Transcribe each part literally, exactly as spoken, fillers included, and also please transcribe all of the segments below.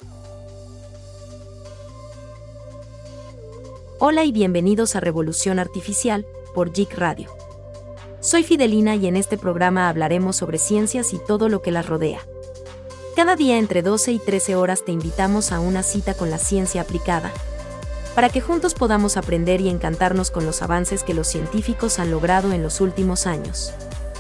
Hola y bienvenidos a Revolución Artificial, por J I C Radio. Soy Fidelina y en este programa hablaremos sobre ciencias y todo lo que las rodea. Cada día entre doce y trece horas te invitamos a una cita con la ciencia aplicada, para que juntos podamos aprender y encantarnos con los avances que los científicos han logrado en los últimos años.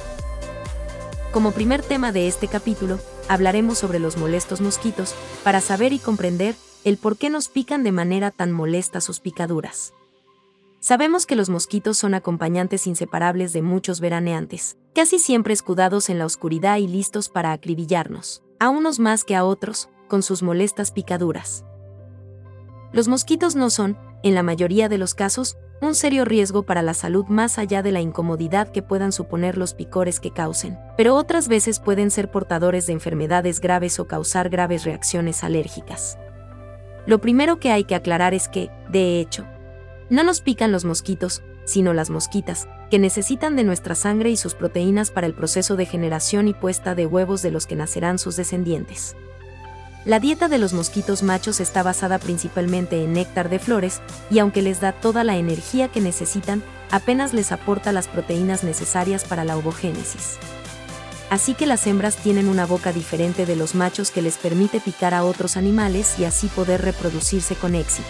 Como primer tema de este capítulo, hablaremos sobre los molestos mosquitos, para saber y comprender el por qué nos pican de manera tan molesta sus picaduras. Sabemos que los mosquitos son acompañantes inseparables de muchos veraneantes, casi siempre escudados en la oscuridad y listos para acribillarnos, a unos más que a otros, con sus molestas picaduras. Los mosquitos no son, en la mayoría de los casos, un serio riesgo para la salud más allá de la incomodidad que puedan suponer los picores que causen, pero otras veces pueden ser portadores de enfermedades graves o causar graves reacciones alérgicas. Lo primero que hay que aclarar es que, de hecho, no nos pican los mosquitos, sino las mosquitas, que necesitan de nuestra sangre y sus proteínas para el proceso de generación y puesta de huevos de los que nacerán sus descendientes. La dieta de los mosquitos machos está basada principalmente en néctar de flores, y aunque les da toda la energía que necesitan, apenas les aporta las proteínas necesarias para la ovogénesis. Así que las hembras tienen una boca diferente de los machos que les permite picar a otros animales y así poder reproducirse con éxito.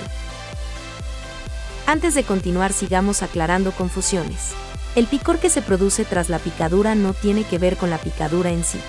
Antes de continuar, sigamos aclarando confusiones. El picor que se produce tras la picadura no tiene que ver con la picadura en sí.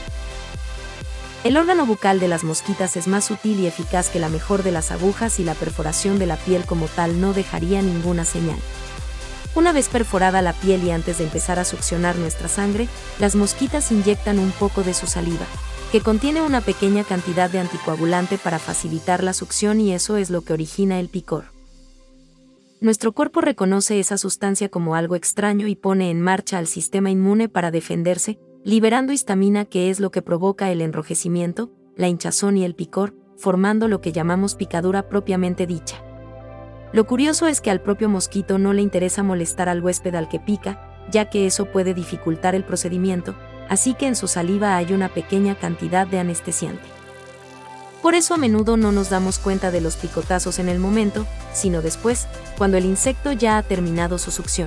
El órgano bucal de las mosquitas es más sutil y eficaz que la mejor de las agujas y la perforación de la piel como tal no dejaría ninguna señal. Una vez perforada la piel y antes de empezar a succionar nuestra sangre, las mosquitas inyectan un poco de su saliva, que contiene una pequeña cantidad de anticoagulante para facilitar la succión y eso es lo que origina el picor. Nuestro cuerpo reconoce esa sustancia como algo extraño y pone en marcha al sistema inmune para defenderse, liberando histamina que es lo que provoca el enrojecimiento, la hinchazón y el picor, formando lo que llamamos picadura propiamente dicha. Lo curioso es que al propio mosquito no le interesa molestar al huésped al que pica, ya que eso puede dificultar el procedimiento, así que en su saliva hay una pequeña cantidad de anestesiante. Por eso a menudo no nos damos cuenta de los picotazos en el momento, sino después, cuando el insecto ya ha terminado su succión.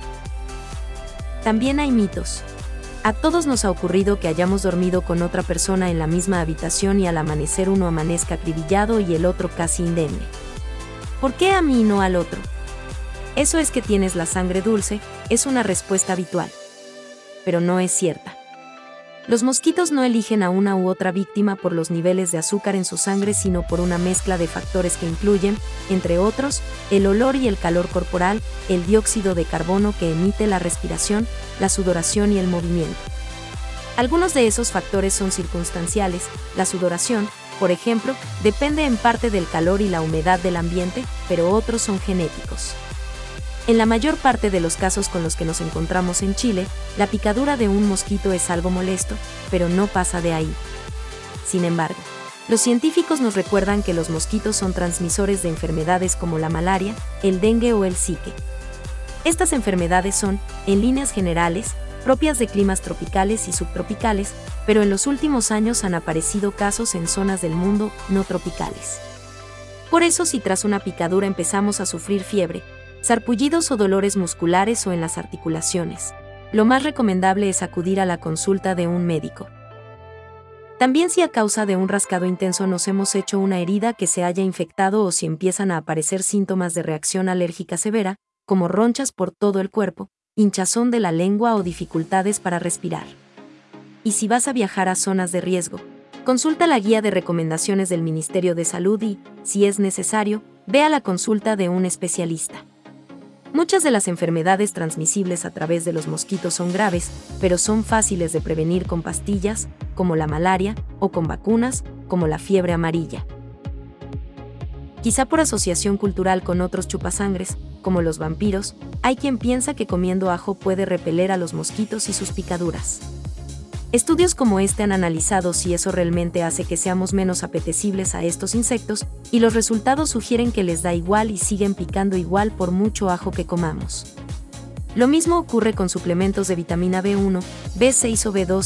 También hay mitos. A todos nos ha ocurrido que hayamos dormido con otra persona en la misma habitación y al amanecer uno amanezca acribillado y el otro casi indemne. ¿Por qué a mí y no al otro? Eso es que tienes la sangre dulce, es una respuesta habitual. Pero no es cierta. Los mosquitos no eligen a una u otra víctima por los niveles de azúcar en su sangre, sino por una mezcla de factores que incluyen, entre otros, el olor y el calor corporal, el dióxido de carbono que emite la respiración, la sudoración y el movimiento. Algunos de esos factores son circunstanciales. La sudoración, por ejemplo, depende en parte del calor y la humedad del ambiente, pero otros son genéticos. En la mayor parte de los casos con los que nos encontramos en Chile, la picadura de un mosquito es algo molesto, pero no pasa de ahí. Sin embargo, los científicos nos recuerdan que los mosquitos son transmisores de enfermedades como la malaria, el dengue o el zika. Estas enfermedades son, en líneas generales, propias de climas tropicales y subtropicales, pero en los últimos años han aparecido casos en zonas del mundo no tropicales. Por eso, si tras una picadura empezamos a sufrir fiebre, sarpullidos o dolores musculares o en las articulaciones, lo más recomendable es acudir a la consulta de un médico. También si a causa de un rascado intenso nos hemos hecho una herida que se haya infectado o si empiezan a aparecer síntomas de reacción alérgica severa, como ronchas por todo el cuerpo, hinchazón de la lengua o dificultades para respirar. Y si vas a viajar a zonas de riesgo, consulta la guía de recomendaciones del Ministerio de Salud y, si es necesario, ve a la consulta de un especialista. Muchas de las enfermedades transmisibles a través de los mosquitos son graves, pero son fáciles de prevenir con pastillas, como la malaria, o con vacunas, como la fiebre amarilla. Quizá por asociación cultural con otros chupasangres, como los vampiros, hay quien piensa que comiendo ajo puede repeler a los mosquitos y sus picaduras. Estudios como este han analizado si eso realmente hace que seamos menos apetecibles a estos insectos, y los resultados sugieren que les da igual y siguen picando igual por mucho ajo que comamos. Lo mismo ocurre con suplementos de vitamina B uno, B seis o B doce,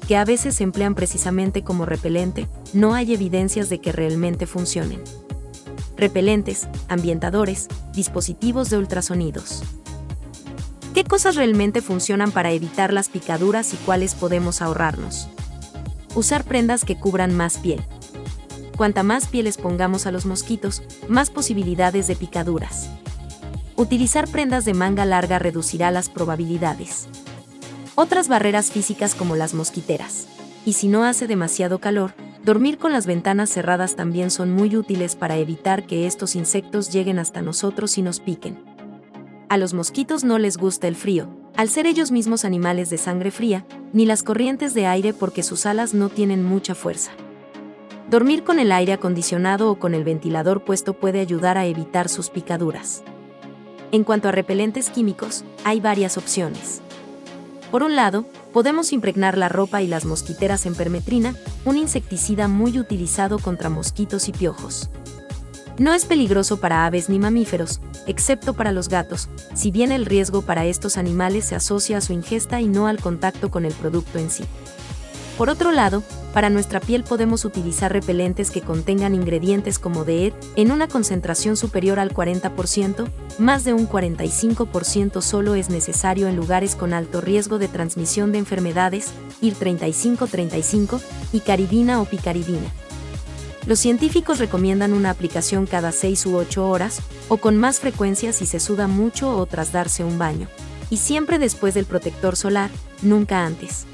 que a veces se emplean precisamente como repelente, no hay evidencias de que realmente funcionen. Repelentes, ambientadores, dispositivos de ultrasonidos. ¿Qué cosas realmente funcionan para evitar las picaduras y cuáles podemos ahorrarnos? Usar prendas que cubran más piel. Cuanta más pieles pongamos a los mosquitos, más posibilidades de picaduras. Utilizar prendas de manga larga reducirá las probabilidades. Otras barreras físicas como las mosquiteras. Y si no hace demasiado calor, dormir con las ventanas cerradas también son muy útiles para evitar que estos insectos lleguen hasta nosotros y nos piquen. A los mosquitos no les gusta el frío, al ser ellos mismos animales de sangre fría, ni las corrientes de aire porque sus alas no tienen mucha fuerza. Dormir con el aire acondicionado o con el ventilador puesto puede ayudar a evitar sus picaduras. En cuanto a repelentes químicos, hay varias opciones. Por un lado, podemos impregnar la ropa y las mosquiteras en permetrina, un insecticida muy utilizado contra mosquitos y piojos. No es peligroso para aves ni mamíferos, excepto para los gatos, si bien el riesgo para estos animales se asocia a su ingesta y no al contacto con el producto en sí. Por otro lado, para nuestra piel podemos utilizar repelentes que contengan ingredientes como D E T en una concentración superior al cuarenta por ciento, más de un cuarenta y cinco por ciento solo es necesario en lugares con alto riesgo de transmisión de enfermedades, I R treinta y cinco treinta y cinco, y caridina o picaridina. Los científicos recomiendan una aplicación cada seis u ocho horas, o con más frecuencia si se suda mucho o tras darse un baño. Y siempre después del protector solar, nunca antes.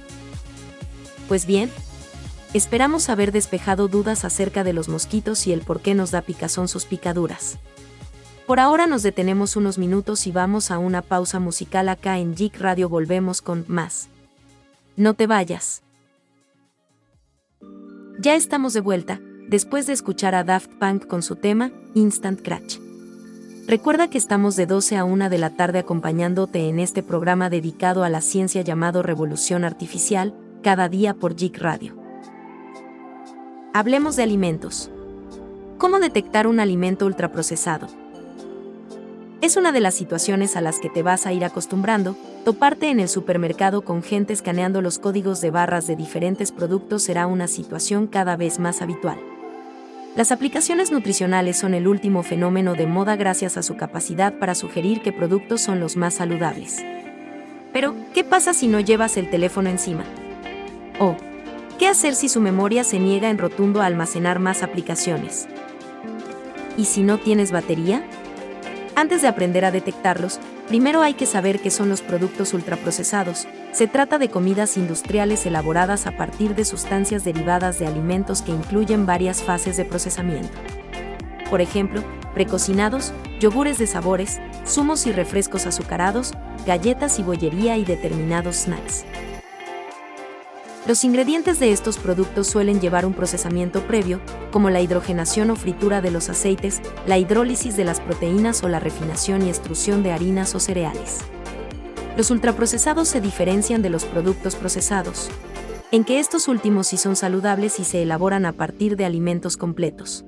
Pues bien, esperamos haber despejado dudas acerca de los mosquitos y el por qué nos da picazón sus picaduras. Por ahora nos detenemos unos minutos y vamos a una pausa musical acá en Geek Radio. Volvemos con más. No te vayas. Ya estamos de vuelta, después de escuchar a Daft Punk con su tema, Instant Crash. Recuerda que estamos de doce a una de la tarde acompañándote en este programa dedicado a la ciencia llamado Revolución Artificial, cada día por Geek Radio. Hablemos de alimentos. ¿Cómo detectar un alimento ultraprocesado? Es una de las situaciones a las que te vas a ir acostumbrando. Toparte en el supermercado con gente escaneando los códigos de barras de diferentes productos será una situación cada vez más habitual. Las aplicaciones nutricionales son el último fenómeno de moda gracias a su capacidad para sugerir qué productos son los más saludables. Pero, ¿qué pasa si no llevas el teléfono encima? ¿O qué hacer si su memoria se niega en rotundo a almacenar más aplicaciones? ¿Y si no tienes batería? Antes de aprender a detectarlos, primero hay que saber qué son los productos ultraprocesados. Se trata de comidas industriales elaboradas a partir de sustancias derivadas de alimentos que incluyen varias fases de procesamiento. Por ejemplo, precocinados, yogures de sabores, zumos y refrescos azucarados, galletas y bollería y determinados snacks. Los ingredientes de estos productos suelen llevar un procesamiento previo, como la hidrogenación o fritura de los aceites, la hidrólisis de las proteínas o la refinación y extrusión de harinas o cereales. Los ultraprocesados se diferencian de los productos procesados, en que estos últimos sí son saludables y se elaboran a partir de alimentos completos.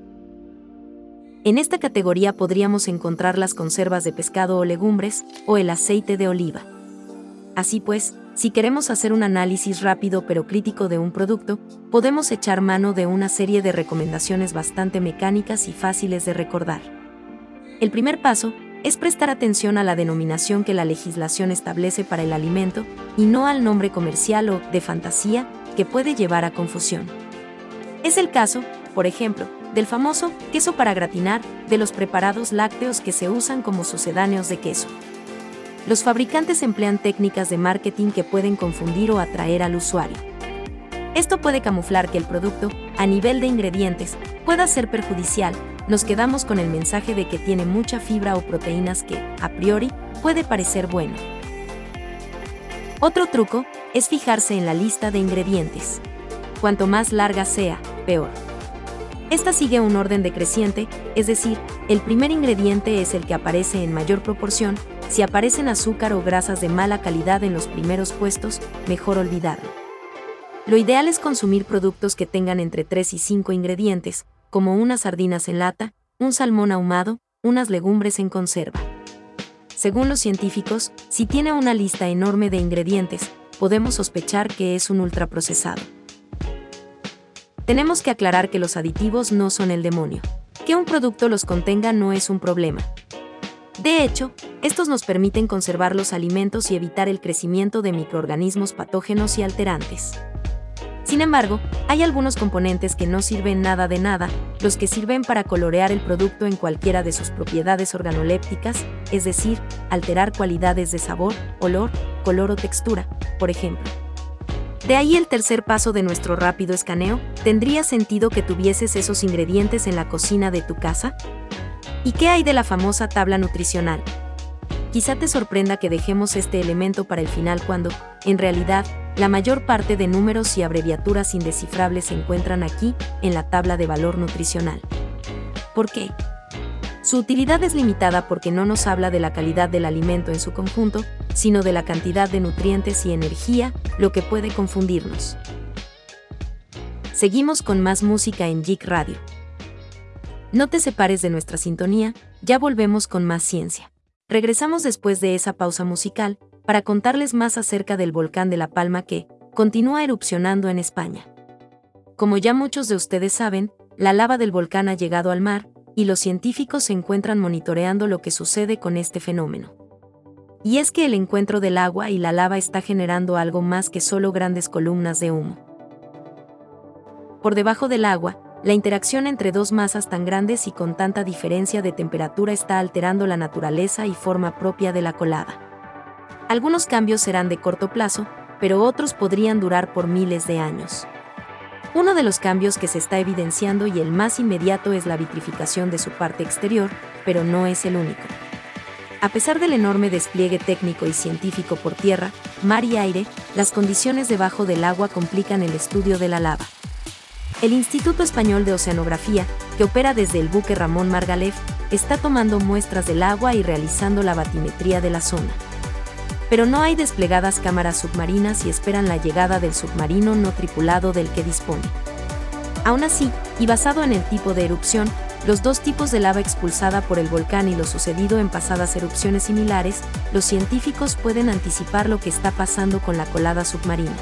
En esta categoría podríamos encontrar las conservas de pescado o legumbres, o el aceite de oliva. Así pues, si queremos hacer un análisis rápido pero crítico de un producto, podemos echar mano de una serie de recomendaciones bastante mecánicas y fáciles de recordar. El primer paso es prestar atención a la denominación que la legislación establece para el alimento, y no al nombre comercial o de fantasía, que puede llevar a confusión. Es el caso, por ejemplo, del famoso queso para gratinar, de los preparados lácteos que se usan como sucedáneos de queso. Los fabricantes emplean técnicas de marketing que pueden confundir o atraer al usuario. Esto puede camuflar que el producto, a nivel de ingredientes, pueda ser perjudicial. Nos quedamos con el mensaje de que tiene mucha fibra o proteínas que, a priori, puede parecer bueno. Otro truco es fijarse en la lista de ingredientes. Cuanto más larga sea, peor. Esta sigue un orden decreciente, es decir, el primer ingrediente es el que aparece en mayor proporción. Si aparecen azúcar o grasas de mala calidad en los primeros puestos, mejor olvidarlo. Lo ideal es consumir productos que tengan entre tres y cinco ingredientes, como unas sardinas en lata, un salmón ahumado, unas legumbres en conserva. Según los científicos, si tiene una lista enorme de ingredientes, podemos sospechar que es un ultraprocesado. Tenemos que aclarar que los aditivos no son el demonio. Que un producto los contenga no es un problema. De hecho, estos nos permiten conservar los alimentos y evitar el crecimiento de microorganismos patógenos y alterantes. Sin embargo, hay algunos componentes que no sirven nada de nada, los que sirven para colorear el producto en cualquiera de sus propiedades organolépticas, es decir, alterar cualidades de sabor, olor, color o textura, por ejemplo. De ahí el tercer paso de nuestro rápido escaneo. ¿Tendría sentido que tuvieses esos ingredientes en la cocina de tu casa? ¿Y qué hay de la famosa tabla nutricional? Quizá te sorprenda que dejemos este elemento para el final cuando, en realidad, la mayor parte de números y abreviaturas indescifrables se encuentran aquí, en la tabla de valor nutricional. ¿Por qué? Su utilidad es limitada porque no nos habla de la calidad del alimento en su conjunto, sino de la cantidad de nutrientes y energía, lo que puede confundirnos. Seguimos con más música en Geek Radio. No te separes de nuestra sintonía, ya volvemos con más ciencia. Regresamos después de esa pausa musical, para contarles más acerca del volcán de La Palma que continúa erupcionando en España. Como ya muchos de ustedes saben, la lava del volcán ha llegado al mar, y los científicos se encuentran monitoreando lo que sucede con este fenómeno. Y es que el encuentro del agua y la lava está generando algo más que solo grandes columnas de humo. Por debajo del agua, la interacción entre dos masas tan grandes y con tanta diferencia de temperatura está alterando la naturaleza y forma propia de la colada. Algunos cambios serán de corto plazo, pero otros podrían durar por miles de años. Uno de los cambios que se está evidenciando y el más inmediato es la vitrificación de su parte exterior, pero no es el único. A pesar del enorme despliegue técnico y científico por tierra, mar y aire, las condiciones debajo del agua complican el estudio de la lava. El Instituto Español de Oceanografía, que opera desde el buque Ramón Margalef, está tomando muestras del agua y realizando la batimetría de la zona. Pero no hay desplegadas cámaras submarinas y esperan la llegada del submarino no tripulado del que dispone. Aún así, y basado en el tipo de erupción, los dos tipos de lava expulsada por el volcán y lo sucedido en pasadas erupciones similares, los científicos pueden anticipar lo que está pasando con la colada submarina.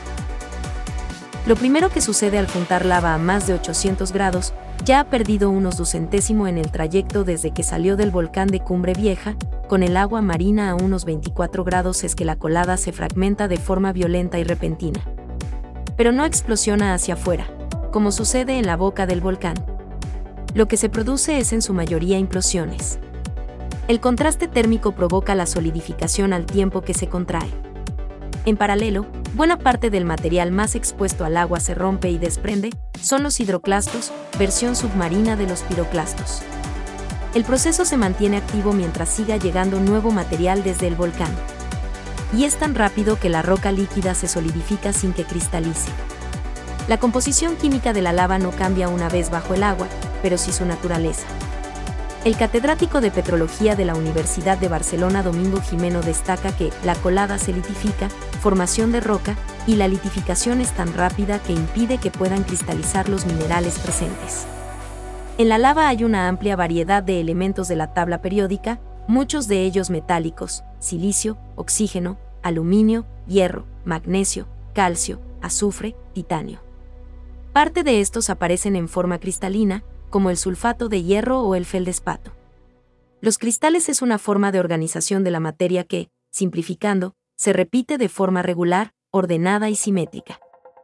Lo primero que sucede al juntar lava a más de ochocientos grados, ya ha perdido unos ducentésimo en el trayecto desde que salió del volcán de Cumbre Vieja, con el agua marina a unos veinticuatro grados es que la colada se fragmenta de forma violenta y repentina. Pero no explosiona hacia afuera, como sucede en la boca del volcán. Lo que se produce es en su mayoría implosiones. El contraste térmico provoca la solidificación al tiempo que se contrae. En paralelo, buena parte del material más expuesto al agua se rompe y desprende, son los hidroclastos, versión submarina de los piroclastos. El proceso se mantiene activo mientras siga llegando nuevo material desde el volcán. Y es tan rápido que la roca líquida se solidifica sin que cristalice. La composición química de la lava no cambia una vez bajo el agua, pero sí su naturaleza. El catedrático de Petrología de la Universidad de Barcelona, Domingo Jimeno, destaca que la colada se litifica, formación de roca, y la litificación es tan rápida que impide que puedan cristalizar los minerales presentes. En la lava hay una amplia variedad de elementos de la tabla periódica, muchos de ellos metálicos: silicio, oxígeno, aluminio, hierro, magnesio, calcio, azufre, titanio. Parte de estos aparecen en forma cristalina, como el sulfato de hierro o el feldespato. Los cristales es una forma de organización de la materia que, simplificando, se repite de forma regular, ordenada y simétrica.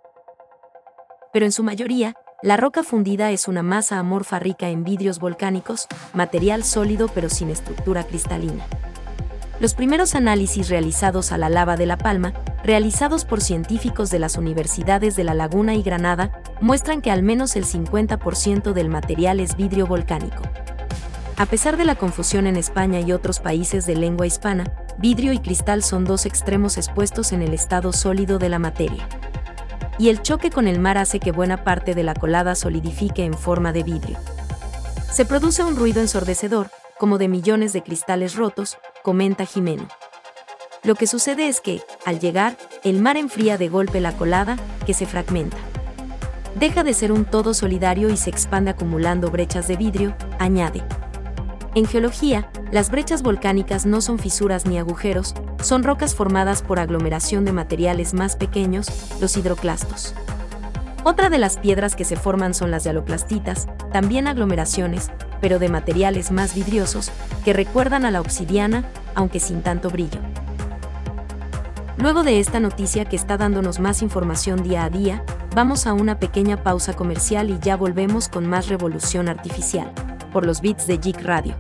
Pero en su mayoría, la roca fundida es una masa amorfa rica en vidrios volcánicos, material sólido pero sin estructura cristalina. Los primeros análisis realizados a la lava de La Palma, realizados por científicos de las universidades de La Laguna y Granada, muestran que al menos el cincuenta por ciento del material es vidrio volcánico. A pesar de la confusión en España y otros países de lengua hispana, vidrio y cristal son dos extremos expuestos en el estado sólido de la materia. Y el choque con el mar hace que buena parte de la colada solidifique en forma de vidrio. Se produce un ruido ensordecedor, como de millones de cristales rotos, comenta Jimeno. Lo que sucede es que, al llegar, el mar enfría de golpe la colada, que se fragmenta. Deja de ser un todo solidario y se expande acumulando brechas de vidrio, añade. En geología, las brechas volcánicas no son fisuras ni agujeros, son rocas formadas por aglomeración de materiales más pequeños, los hidroclastos. Otra de las piedras que se forman son las yaloplastitas, también aglomeraciones, pero de materiales más vidriosos, que recuerdan a la obsidiana, aunque sin tanto brillo. Luego de esta noticia que está dándonos más información día a día, vamos a una pequeña pausa comercial y ya volvemos con más Revolución Artificial, por los beats de Geek Radio.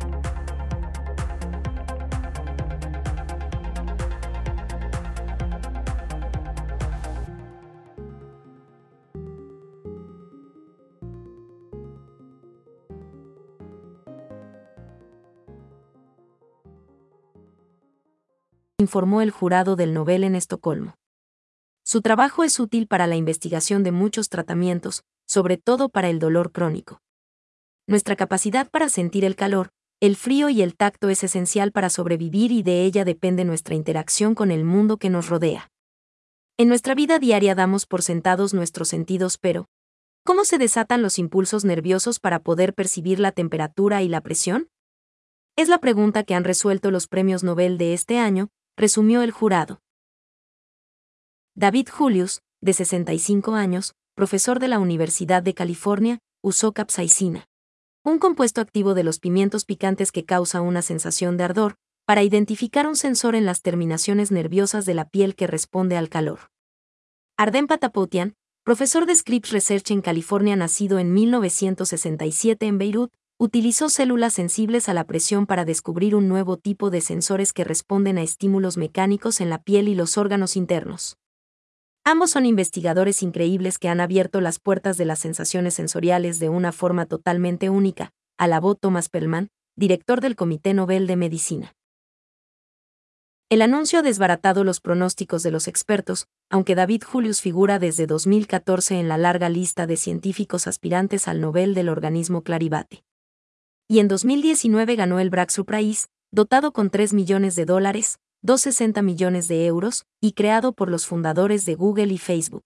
Informó el jurado del Nobel en Estocolmo. Su trabajo es útil para la investigación de muchos tratamientos, sobre todo para el dolor crónico. Nuestra capacidad para sentir el calor, el frío y el tacto es esencial para sobrevivir y de ella depende nuestra interacción con el mundo que nos rodea. En nuestra vida diaria damos por sentados nuestros sentidos, pero ¿cómo se desatan los impulsos nerviosos para poder percibir la temperatura y la presión? Es la pregunta que han resuelto los premios Nobel de este año, resumió el jurado. David Julius, de sesenta y cinco años, profesor de la Universidad de California, usó capsaicina, un compuesto activo de los pimientos picantes que causa una sensación de ardor, para identificar un sensor en las terminaciones nerviosas de la piel que responde al calor. Arden Patapoutian, profesor de Scripps Research en California nacido en mil novecientos sesenta y siete en Beirut, utilizó células sensibles a la presión para descubrir un nuevo tipo de sensores que responden a estímulos mecánicos en la piel y los órganos internos. Ambos son investigadores increíbles que han abierto las puertas de las sensaciones sensoriales de una forma totalmente única, alabó Thomas Perlman, director del Comité Nobel de Medicina. El anuncio ha desbaratado los pronósticos de los expertos, aunque David Julius figura desde dos mil catorce en la larga lista de científicos aspirantes al Nobel del organismo Clarivate. Y en dos mil diecinueve ganó el Breakthrough Prize, dotado con tres millones de dólares, doscientos sesenta millones de euros, y creado por los fundadores de Google y Facebook.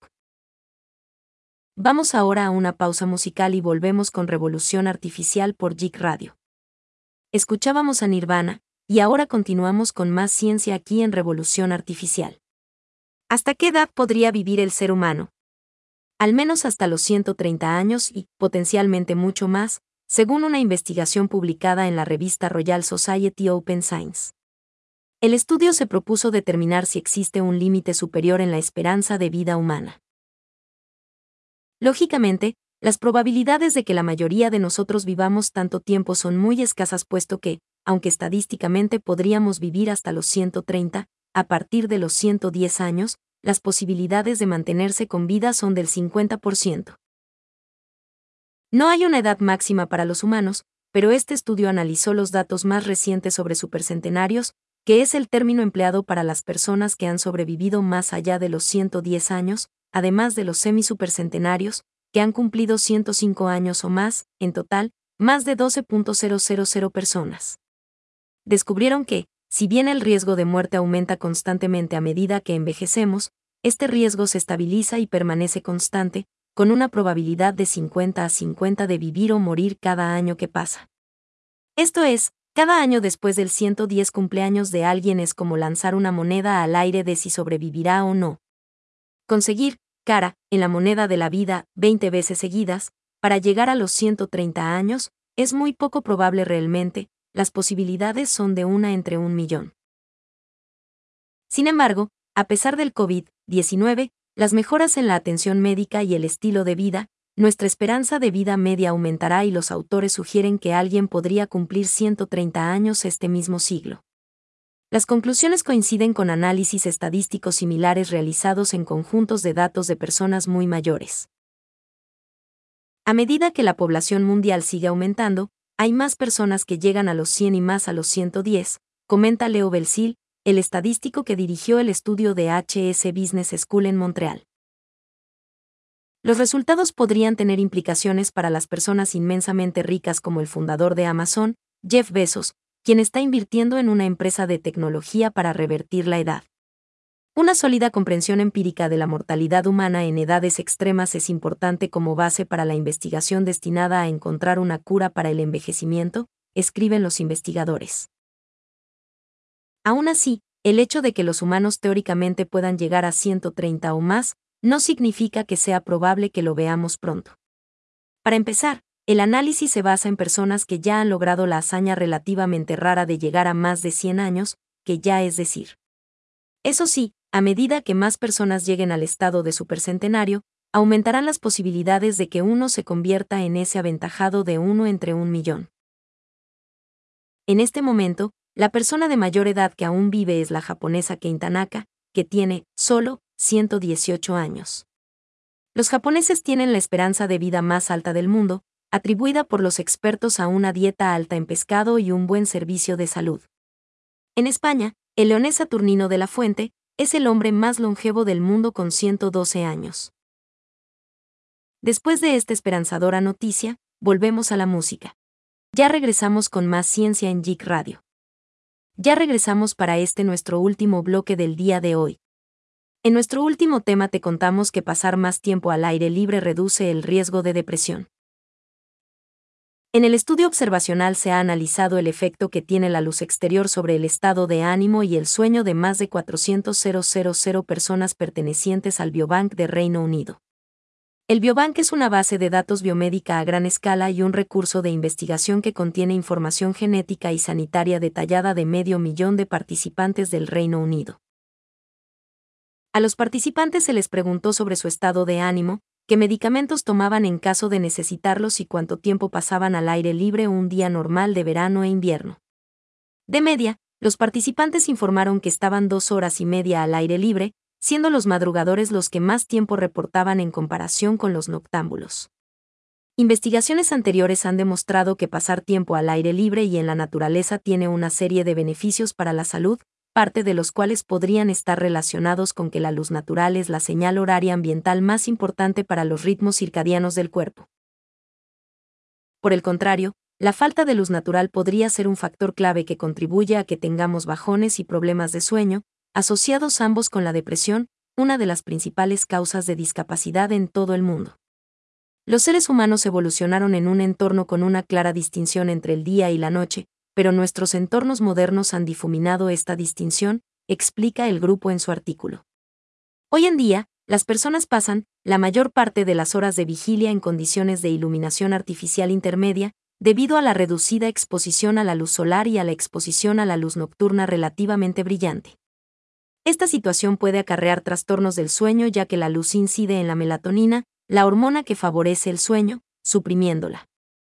Vamos ahora a una pausa musical y volvemos con Revolución Artificial por Geek Radio. Escuchábamos a Nirvana, y ahora continuamos con más ciencia aquí en Revolución Artificial. ¿Hasta qué edad podría vivir el ser humano? Al menos hasta los ciento treinta años y, potencialmente mucho más, según una investigación publicada en la revista Royal Society Open Science. El estudio se propuso determinar si existe un límite superior en la esperanza de vida humana. Lógicamente, las probabilidades de que la mayoría de nosotros vivamos tanto tiempo son muy escasas puesto que, aunque estadísticamente podríamos vivir hasta los ciento treinta, a partir de los ciento diez años, las posibilidades de mantenerse con vida son del cincuenta por ciento. No hay una edad máxima para los humanos, pero este estudio analizó los datos más recientes sobre supercentenarios, que es el término empleado para las personas que han sobrevivido más allá de los ciento diez años, además de los semisupercentenarios, que han cumplido ciento cinco años o más, en total, más de doce mil personas. Descubrieron que, si bien el riesgo de muerte aumenta constantemente a medida que envejecemos, este riesgo se estabiliza y permanece constante, con una probabilidad de cincuenta a cincuenta de vivir o morir cada año que pasa. Esto es, cada año después del ciento diez cumpleaños de alguien es como lanzar una moneda al aire de si sobrevivirá o no. Conseguir, cara, en la moneda de la vida, veinte veces seguidas, para llegar a los ciento treinta años, es muy poco probable realmente, las posibilidades son de una entre un millón. Sin embargo, a pesar del COVID diecinueve, las mejoras en la atención médica y el estilo de vida, nuestra esperanza de vida media aumentará y los autores sugieren que alguien podría cumplir ciento treinta años este mismo siglo. Las conclusiones coinciden con análisis estadísticos similares realizados en conjuntos de datos de personas muy mayores. A medida que la población mundial sigue aumentando, hay más personas que llegan a los cien y más a los ciento diez, comenta Leo Belsil, el estadístico que dirigió el estudio de H S Business School en Montreal. Los resultados podrían tener implicaciones para las personas inmensamente ricas como el fundador de Amazon, Jeff Bezos, quien está invirtiendo en una empresa de tecnología para revertir la edad. Una sólida comprensión empírica de la mortalidad humana en edades extremas es importante como base para la investigación destinada a encontrar una cura para el envejecimiento, escriben los investigadores. Aún así, el hecho de que los humanos teóricamente puedan llegar a ciento treinta o más, no significa que sea probable que lo veamos pronto. Para empezar, el análisis se basa en personas que ya han logrado la hazaña relativamente rara de llegar a más de cien años, que ya es decir. Eso sí, a medida que más personas lleguen al estado de supercentenario, aumentarán las posibilidades de que uno se convierta en ese aventajado de uno entre un millón. En este momento, la persona de mayor edad que aún vive es la japonesa Kei Tanaka, que tiene, solo, ciento dieciocho años. Los japoneses tienen la esperanza de vida más alta del mundo, atribuida por los expertos a una dieta alta en pescado y un buen servicio de salud. En España, el leonés Saturnino de la Fuente es el hombre más longevo del mundo con ciento doce años. Después de esta esperanzadora noticia, volvemos a la música. Ya regresamos con más ciencia en Geek Radio. Ya regresamos para este nuestro último bloque del día de hoy. En nuestro último tema te contamos que pasar más tiempo al aire libre reduce el riesgo de depresión. En el estudio observacional se ha analizado el efecto que tiene la luz exterior sobre el estado de ánimo y el sueño de más de cuatrocientas mil personas pertenecientes al Biobank de Reino Unido. El Biobank es una base de datos biomédica a gran escala y un recurso de investigación que contiene información genética y sanitaria detallada de medio millón de participantes del Reino Unido. A los participantes se les preguntó sobre su estado de ánimo, qué medicamentos tomaban en caso de necesitarlos y cuánto tiempo pasaban al aire libre un día normal de verano e invierno. De media, los participantes informaron que estaban dos horas y media al aire libre, siendo los madrugadores los que más tiempo reportaban en comparación con los noctámbulos. Investigaciones anteriores han demostrado que pasar tiempo al aire libre y en la naturaleza tiene una serie de beneficios para la salud, parte de los cuales podrían estar relacionados con que la luz natural es la señal horaria ambiental más importante para los ritmos circadianos del cuerpo. Por el contrario, la falta de luz natural podría ser un factor clave que contribuye a que tengamos bajones y problemas de sueño, asociados ambos con la depresión, una de las principales causas de discapacidad en todo el mundo. Los seres humanos evolucionaron en un entorno con una clara distinción entre el día y la noche, pero nuestros entornos modernos han difuminado esta distinción, explica el grupo en su artículo. Hoy en día, las personas pasan la mayor parte de las horas de vigilia en condiciones de iluminación artificial intermedia, debido a la reducida exposición a la luz solar y a la exposición a la luz nocturna relativamente brillante. Esta situación puede acarrear trastornos del sueño ya que la luz incide en la melatonina, la hormona que favorece el sueño, suprimiéndola.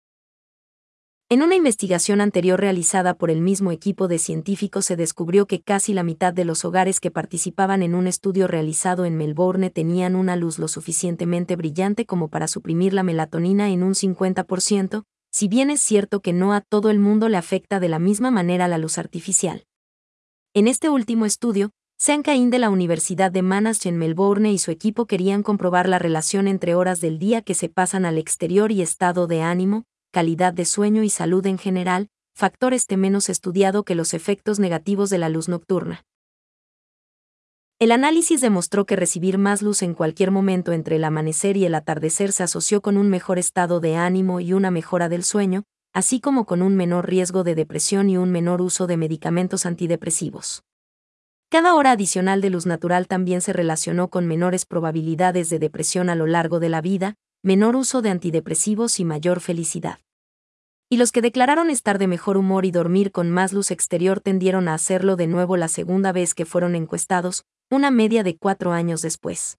En una investigación anterior realizada por el mismo equipo de científicos se descubrió que casi la mitad de los hogares que participaban en un estudio realizado en Melbourne tenían una luz lo suficientemente brillante como para suprimir la melatonina en un cincuenta por ciento, si bien es cierto que no a todo el mundo le afecta de la misma manera la luz artificial. En este último estudio, Sean Cain de la Universidad de Monash en Melbourne y su equipo querían comprobar la relación entre horas del día que se pasan al exterior y estado de ánimo, calidad de sueño y salud en general, factor este menos estudiado que los efectos negativos de la luz nocturna. El análisis demostró que recibir más luz en cualquier momento entre el amanecer y el atardecer se asoció con un mejor estado de ánimo y una mejora del sueño, así como con un menor riesgo de depresión y un menor uso de medicamentos antidepresivos. Cada hora adicional de luz natural también se relacionó con menores probabilidades de depresión a lo largo de la vida, menor uso de antidepresivos y mayor felicidad. Y los que declararon estar de mejor humor y dormir con más luz exterior tendieron a hacerlo de nuevo la segunda vez que fueron encuestados, una media de cuatro años después.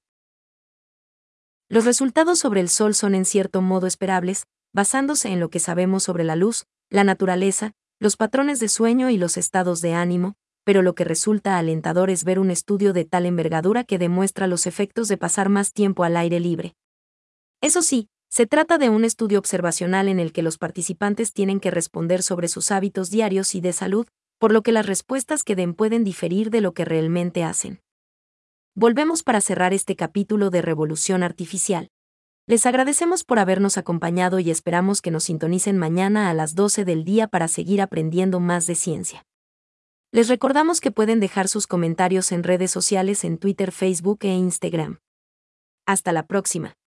Los resultados sobre el sol son en cierto modo esperables, basándose en lo que sabemos sobre la luz, la naturaleza, los patrones de sueño y los estados de ánimo, pero lo que resulta alentador es ver un estudio de tal envergadura que demuestra los efectos de pasar más tiempo al aire libre. Eso sí, se trata de un estudio observacional en el que los participantes tienen que responder sobre sus hábitos diarios y de salud, por lo que las respuestas que den pueden diferir de lo que realmente hacen. Volvemos para cerrar este capítulo de Revolución Artificial. Les agradecemos por habernos acompañado y esperamos que nos sintonicen mañana a las doce del día para seguir aprendiendo más de ciencia. Les recordamos que pueden dejar sus comentarios en redes sociales en Twitter, Facebook e Instagram. Hasta la próxima.